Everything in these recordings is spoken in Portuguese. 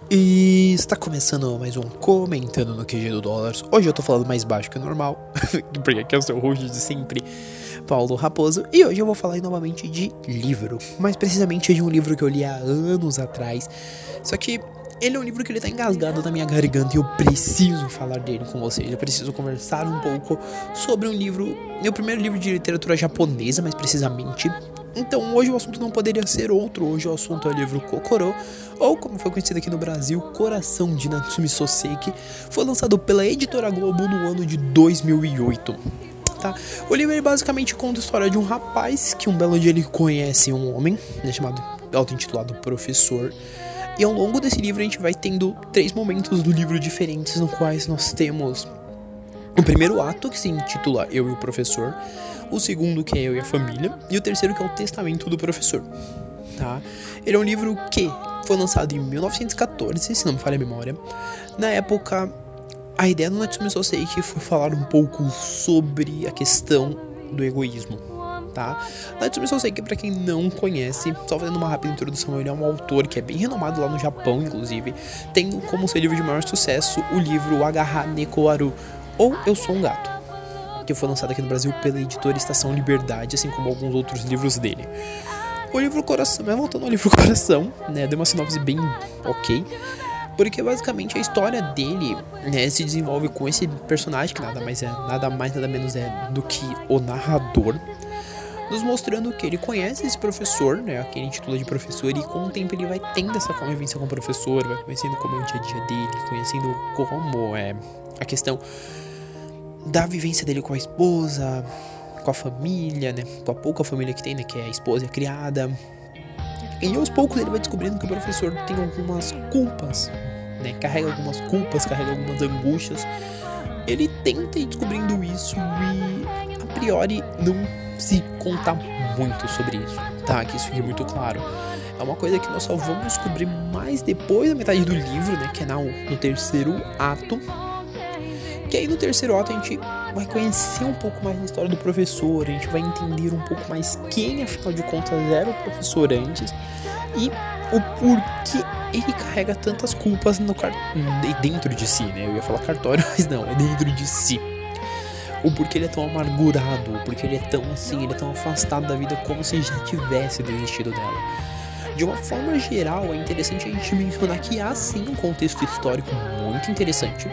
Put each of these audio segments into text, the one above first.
E está começando mais um Comentando no QG do Dólares. Hoje eu tô falando mais baixo que o normal, porque aqui é o seu host de sempre, Paulo Raposo. E hoje eu vou falar novamente de livro, mais precisamente de um livro que eu li há anos atrás. Só que ele é um livro que ele tá engasgado na minha garganta e eu preciso falar dele com vocês. Eu preciso conversar um pouco sobre um livro, meu primeiro livro de literatura japonesa, mais precisamente. Então hoje o assunto não poderia ser outro. Hoje o assunto é o livro Kokoro, ou como foi conhecido aqui no Brasil, Coração, de Natsume Soseki. Foi lançado pela Editora Globo no ano de 2008. Tá? O livro ele basicamente conta a história de um rapaz que um belo dia ele conhece um homem, chamado, auto-intitulado Professor. E ao longo desse livro a gente vai tendo 3 momentos do livro diferentes, no quais nós temos o primeiro ato, que se intitula Eu e o Professor, o segundo, que é Eu e a Família, e o terceiro, que é o Testamento do Professor. Tá? Ele é um livro que foi lançado em 1914, se não me falha a memória. Na época, a ideia do Natsume Soseki foi falar um pouco sobre a questão do egoísmo. Tá? Natsume Soseki, pra quem não conhece, só fazendo uma rápida introdução, ele é um autor que é bem renomado lá no Japão, inclusive, tendo como seu livro de maior sucesso o livro Agaha Neko Aru, ou Eu Sou um Gato, que foi lançado aqui no Brasil pela editora Estação Liberdade, assim como alguns outros livros dele. O livro Coração, mas voltando ao livro Coração, né, deu uma sinopse bem ok, porque basicamente a história dele, né, se desenvolve com esse personagem que nada menos é do que o narrador, nos mostrando que ele conhece esse professor, né, que ele intitula de professor, e com o tempo ele vai tendo essa convivência com o professor, vai conhecendo como é o dia a dia dele, conhecendo como é a questão da vivência dele com a esposa, com a família, né, com a pouca família que tem, né, que é a esposa e a criada. E aos poucos ele vai descobrindo que o professor tem algumas culpas, né, carrega algumas culpas, carrega algumas angústias. Ele tenta ir descobrindo isso e, a priori, não se conta muito sobre isso, tá? Que isso fique muito claro. É uma coisa que nós só vamos descobrir mais depois da metade do livro, né, que é no terceiro ato. Que aí no terceiro ato a gente vai conhecer um pouco mais da história do professor, a gente vai entender um pouco mais quem, afinal de contas, era o professor antes e o porquê ele carrega tantas culpas dentro de si, né? Eu ia falar cartório, mas não, é dentro de si. O porquê ele é tão amargurado, o porquê ele é tão assim, ele é tão afastado da vida como se já tivesse desistido dela. De uma forma geral, é interessante a gente mencionar que há sim um contexto histórico muito interessante.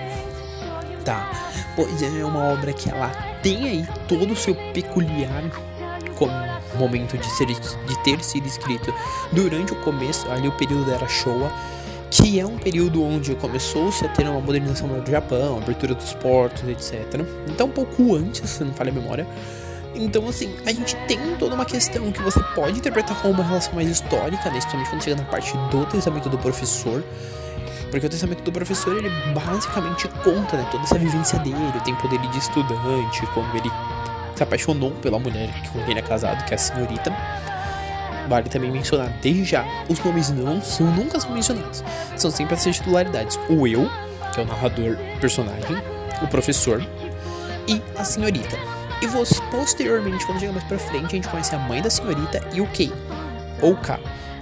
Tá, pois é uma obra que ela tem aí todo o seu peculiar como momento de ter sido escrito durante o começo, ali o período da Era Showa, que é um período onde começou-se a ter uma modernização do Japão, abertura dos portos, etc. Então um pouco antes, se não falha a memória. Então assim, a gente tem toda uma questão que você pode interpretar como uma relação mais histórica, né, principalmente quando chega na parte do testamento do professor. Porque o testamento do professor, ele basicamente conta, né, toda essa vivência dele, o tempo dele de estudante, quando ele se apaixonou pela mulher com quem ele é casado, que é a senhorita. Vale também mencionar, desde já, os nomes nunca são mencionados. São sempre essas titularidades. O eu, que é o narrador personagem, o professor e a senhorita. E posteriormente, quando chega mais pra frente, a gente conhece a mãe da senhorita e o Kei, ou K.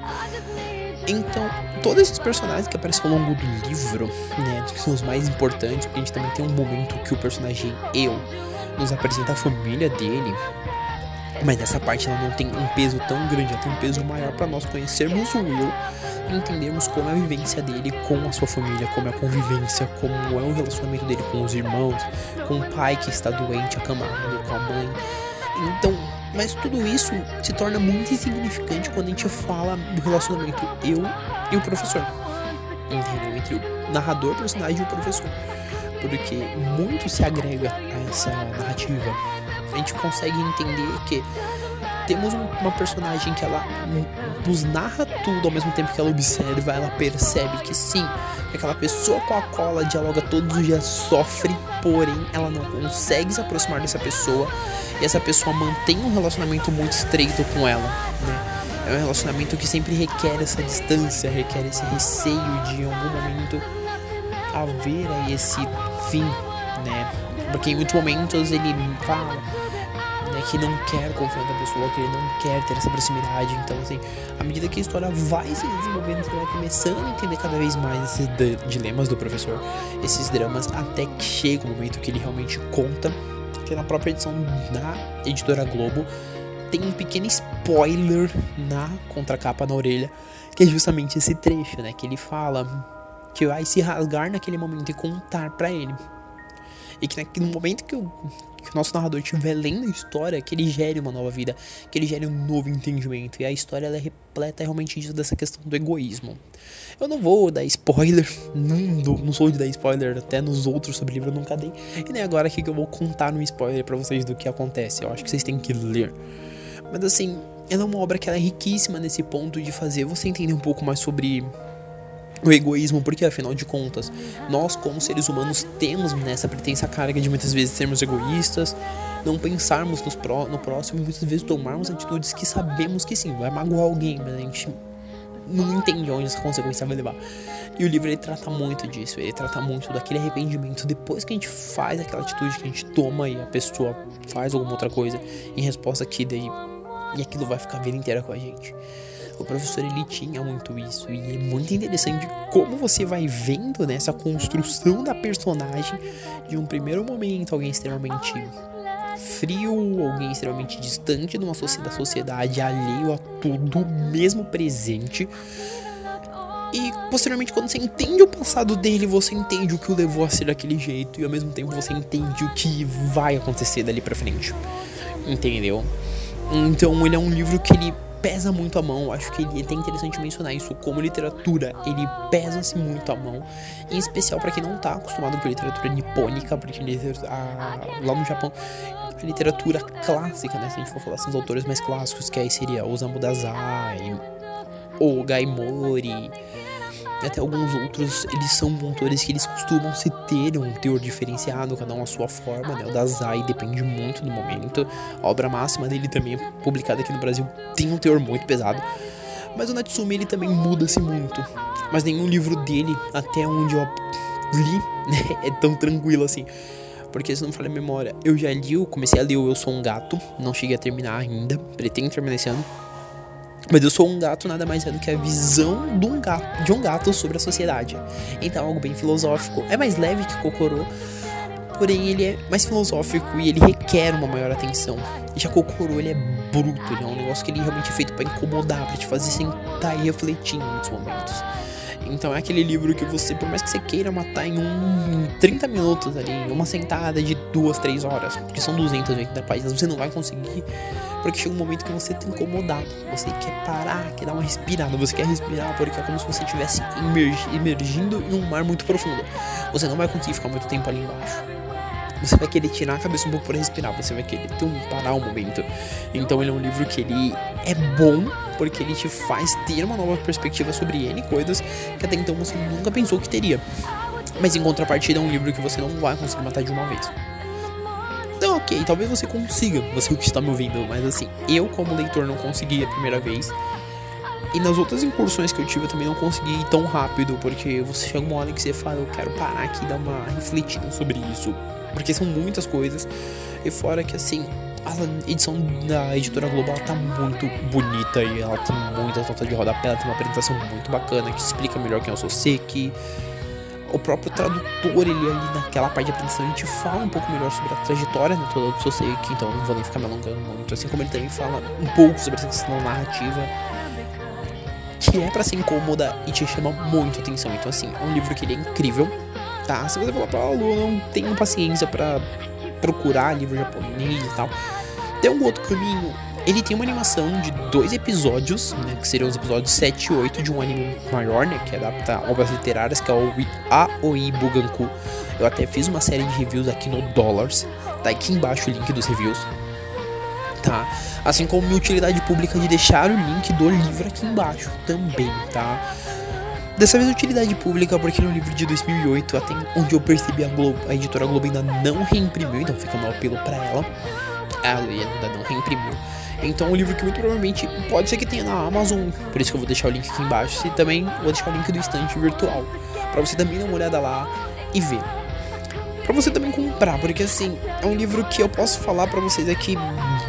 Então, todos esses personagens que aparecem ao longo do livro, né, que são os mais importantes, porque a gente também tem um momento que o personagem Eu nos apresenta a família dele, mas nessa parte ela não tem um peso tão grande, ela tem um peso maior para nós conhecermos o Eu e entendermos como é a vivência dele com a sua família, como é a convivência, como é o relacionamento dele com os irmãos, com o pai que está doente, acamado, com a mãe. Então, mas tudo isso se torna muito insignificante quando a gente fala do relacionamento eu e o professor, entendeu? Entre o narrador, o personagem e o professor, porque muito se agrega a essa narrativa. A gente consegue entender que temos uma personagem que ela nos narra tudo ao mesmo tempo que ela observa, ela percebe que sim, que aquela pessoa com a qual ela dialoga todos os dias sofre, porém ela não consegue se aproximar dessa pessoa e essa pessoa mantém um relacionamento muito estreito com ela, né? É um relacionamento que sempre requer essa distância, requer esse receio de em algum momento haver aí esse fim, né? Porque em muitos momentos ele fala, né, que não quer confiar na pessoa, que ele não quer ter essa proximidade. Então, assim, à medida que a história vai se desenvolvendo, você vai começando a entender cada vez mais esses dilemas do professor, esses dramas, até que chega o momento que ele realmente conta, que na própria edição da Editora Globo tem um pequeno spoiler na contracapa na orelha, que é justamente esse trecho, né, que ele fala que vai se rasgar naquele momento e contar pra ele. E que no momento que o nosso narrador estiver lendo a história, que ele gere uma nova vida, que ele gere um novo entendimento. E a história ela é repleta realmente disso, dessa questão do egoísmo. Eu não vou dar spoiler, não sou de dar spoiler, até nos outros sobre livro eu nunca dei. E nem agora aqui que eu vou contar um spoiler pra vocês do que acontece. Eu acho que vocês têm que ler. Mas assim, ela é uma obra que ela é riquíssima nesse ponto de fazer você entender um pouco mais sobre o egoísmo, porque afinal de contas, nós como seres humanos temos nessa pretensa carga de muitas vezes sermos egoístas, não pensarmos no próximo e muitas vezes tomarmos atitudes que sabemos que sim, vai magoar alguém, mas a gente não entende onde essa consequência vai levar. E o livro ele trata muito disso, ele trata muito daquele arrependimento depois que a gente faz aquela atitude que a gente toma e a pessoa faz alguma outra coisa em resposta aqui daí, e aquilo vai ficar a vida inteira com a gente. O professor ele tinha muito isso e é muito interessante como você vai vendo nessa construção da personagem de um primeiro momento alguém extremamente frio, alguém extremamente distante de uma sociedade, alheio a tudo, mesmo presente. E posteriormente quando você entende o passado dele, você entende o que o levou a ser daquele jeito e ao mesmo tempo você entende o que vai acontecer dali pra frente, entendeu? Então ele é um livro que ele pesa muito a mão. Acho que ele é até interessante mencionar isso. Como literatura, ele pesa-se muito a mão. Em especial para quem não tá acostumado com literatura nipônica, porque lá no Japão, a literatura clássica, né? Se a gente for falar assim, os autores mais clássicos, que aí seria Osamu Dazai, ou Gai Mori, e até alguns outros, eles são autores que eles costumam se ter um teor diferenciado, cada um à sua forma, né? O Dazai depende muito do momento. A obra máxima dele também, publicada aqui no Brasil, tem um teor muito pesado. Mas o Natsume, ele também muda-se muito. Mas nenhum livro dele, até onde eu li, né, é tão tranquilo assim. Porque se não me falha a memória, eu já li, eu comecei a ler o Eu Sou um Gato, não cheguei a terminar ainda, pretendo terminar esse ano. Mas Eu Sou um Gato nada mais é do que a visão de um gato sobre a sociedade. Então é algo bem filosófico. É mais leve que Kokoro, porém ele é mais filosófico e ele requer uma maior atenção. E já Kokoro, ele é bruto, ele é um negócio que ele realmente é feito pra incomodar, pra te fazer sentar e refletir em muitos momentos. Então é aquele livro que você, por mais que você queira matar em 30 minutos ali, uma sentada de 2-3 horas, porque são 280 páginas, você não vai conseguir, porque chega um momento que você tá incomodado, você quer parar, quer dar uma respirada, você quer respirar, porque é como se você estivesse emergindo em um mar muito profundo. Você não vai conseguir ficar muito tempo ali embaixo. Você vai querer tirar a cabeça um pouco para respirar, você vai querer parar um momento. Então ele é um livro que ele é bom, porque ele te faz ter uma nova perspectiva sobre N coisas que até então você nunca pensou que teria. Mas em contrapartida é um livro que você não vai conseguir matar de uma vez. Então ok, talvez você consiga, você que está me ouvindo, mas assim, eu como leitor não consegui a primeira vez. E nas outras incursões que eu tive eu também não consegui ir tão rápido, porque você chega uma hora que você fala, eu quero parar aqui e dar uma refletida sobre isso. Porque são muitas coisas. E fora que assim, a edição da Editora Globo ela tá muito bonita e ela tem muitas notas de rodapé, ela tem uma apresentação muito bacana que explica melhor quem é o Soseki. O próprio tradutor, ele ali naquela parte de apresentação, ele te fala um pouco melhor sobre a trajetória toda do Soseki, então eu não vou nem ficar me alongando muito, assim como ele também fala um pouco sobre essa questão narrativa, que é pra ser incômoda e te chama muito atenção. Então assim, é um livro que ele é incrível, tá? Se você falar pra eu não tenho paciência pra procurar livro japonês e tal, tem um outro caminho. Ele tem uma animação de 2 episódios, né, que seriam os episódios 7 e 8 de um anime maior, né, que adapta obras literárias, que é o Aoi Buganku. Eu até fiz uma série de reviews aqui no Dollars, tá aqui embaixo o link dos reviews, tá? Assim como minha utilidade pública de deixar o link do livro aqui embaixo também, tá? Dessa vez utilidade pública porque no livro de 2008, até onde eu percebi a Editora Globo ainda não reimprimiu, então fica meu apelo pra ela. Ela ainda não reimprimiu. Então é um livro que muito provavelmente pode ser que tenha na Amazon, por isso que eu vou deixar o link aqui embaixo. E também vou deixar o link do estante virtual, pra você também dar uma olhada lá e ver. Pra você também comprar, porque assim, é um livro que eu posso falar pra vocês aqui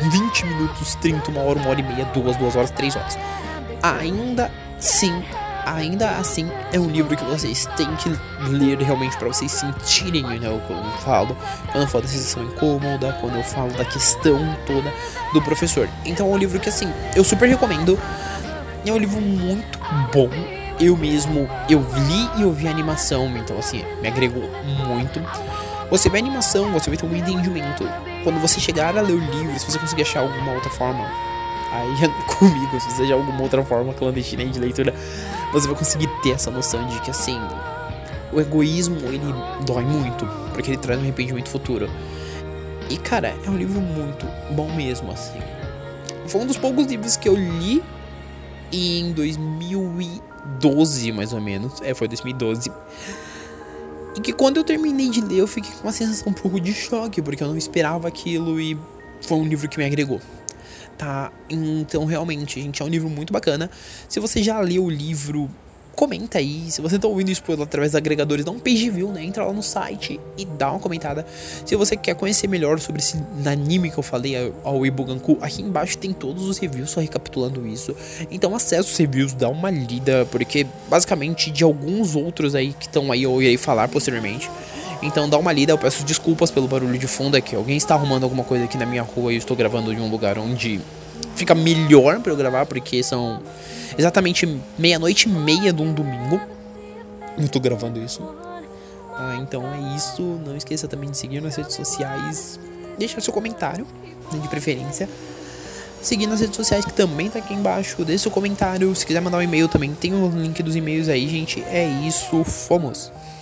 20 minutos, 30, 1 hora e meia, 2 horas, 3 horas. Ainda assim, é um livro que vocês têm que ler realmente pra vocês sentirem, né, quando eu falo da sensação incômoda, quando eu falo da questão toda do professor. Então é um livro que, assim, eu super recomendo. É um livro muito bom. Eu li e eu vi a animação, então, assim, me agregou muito. Você vê a animação, você vai ter um entendimento. Quando você chegar a ler o livro, se você conseguir achar alguma outra forma, aí comigo, se você achar alguma outra forma clandestina de leitura, você vai conseguir ter essa noção de que, assim, o egoísmo, ele dói muito, porque ele traz um arrependimento futuro. E, cara, é um livro muito bom mesmo, assim. Foi um dos poucos livros que eu li em 2012, mais ou menos. Foi 2012. E que quando eu terminei de ler, eu fiquei com uma sensação um pouco de choque, porque eu não esperava aquilo e foi um livro que me agregou. Tá? Então, realmente, gente, é um livro muito bacana. Se você já leu o livro, comenta aí. Se você tá ouvindo isso através dos agregadores, dá um page view, né? Entra lá no site e dá uma comentada. Se você quer conhecer melhor sobre esse anime que eu falei, ao Ibuganku, aqui embaixo tem todos os reviews, só recapitulando isso. Então acessa os reviews, dá uma lida, porque basicamente de alguns outros aí que estão aí eu irei falar posteriormente. Então dá uma lida, eu peço desculpas pelo barulho de fundo, é que alguém está arrumando alguma coisa aqui na minha rua e eu estou gravando de um lugar onde fica melhor pra eu gravar, porque são exatamente 00:30 de um domingo. Eu tô gravando isso. Então é isso. Não esqueça também de seguir nas redes sociais. Deixa seu comentário, né, de preferência. Seguir nas redes sociais, que também tá aqui embaixo. Deixe seu comentário. Se quiser mandar um e-mail também, tem o link dos e-mails aí, gente. É isso. Fomos!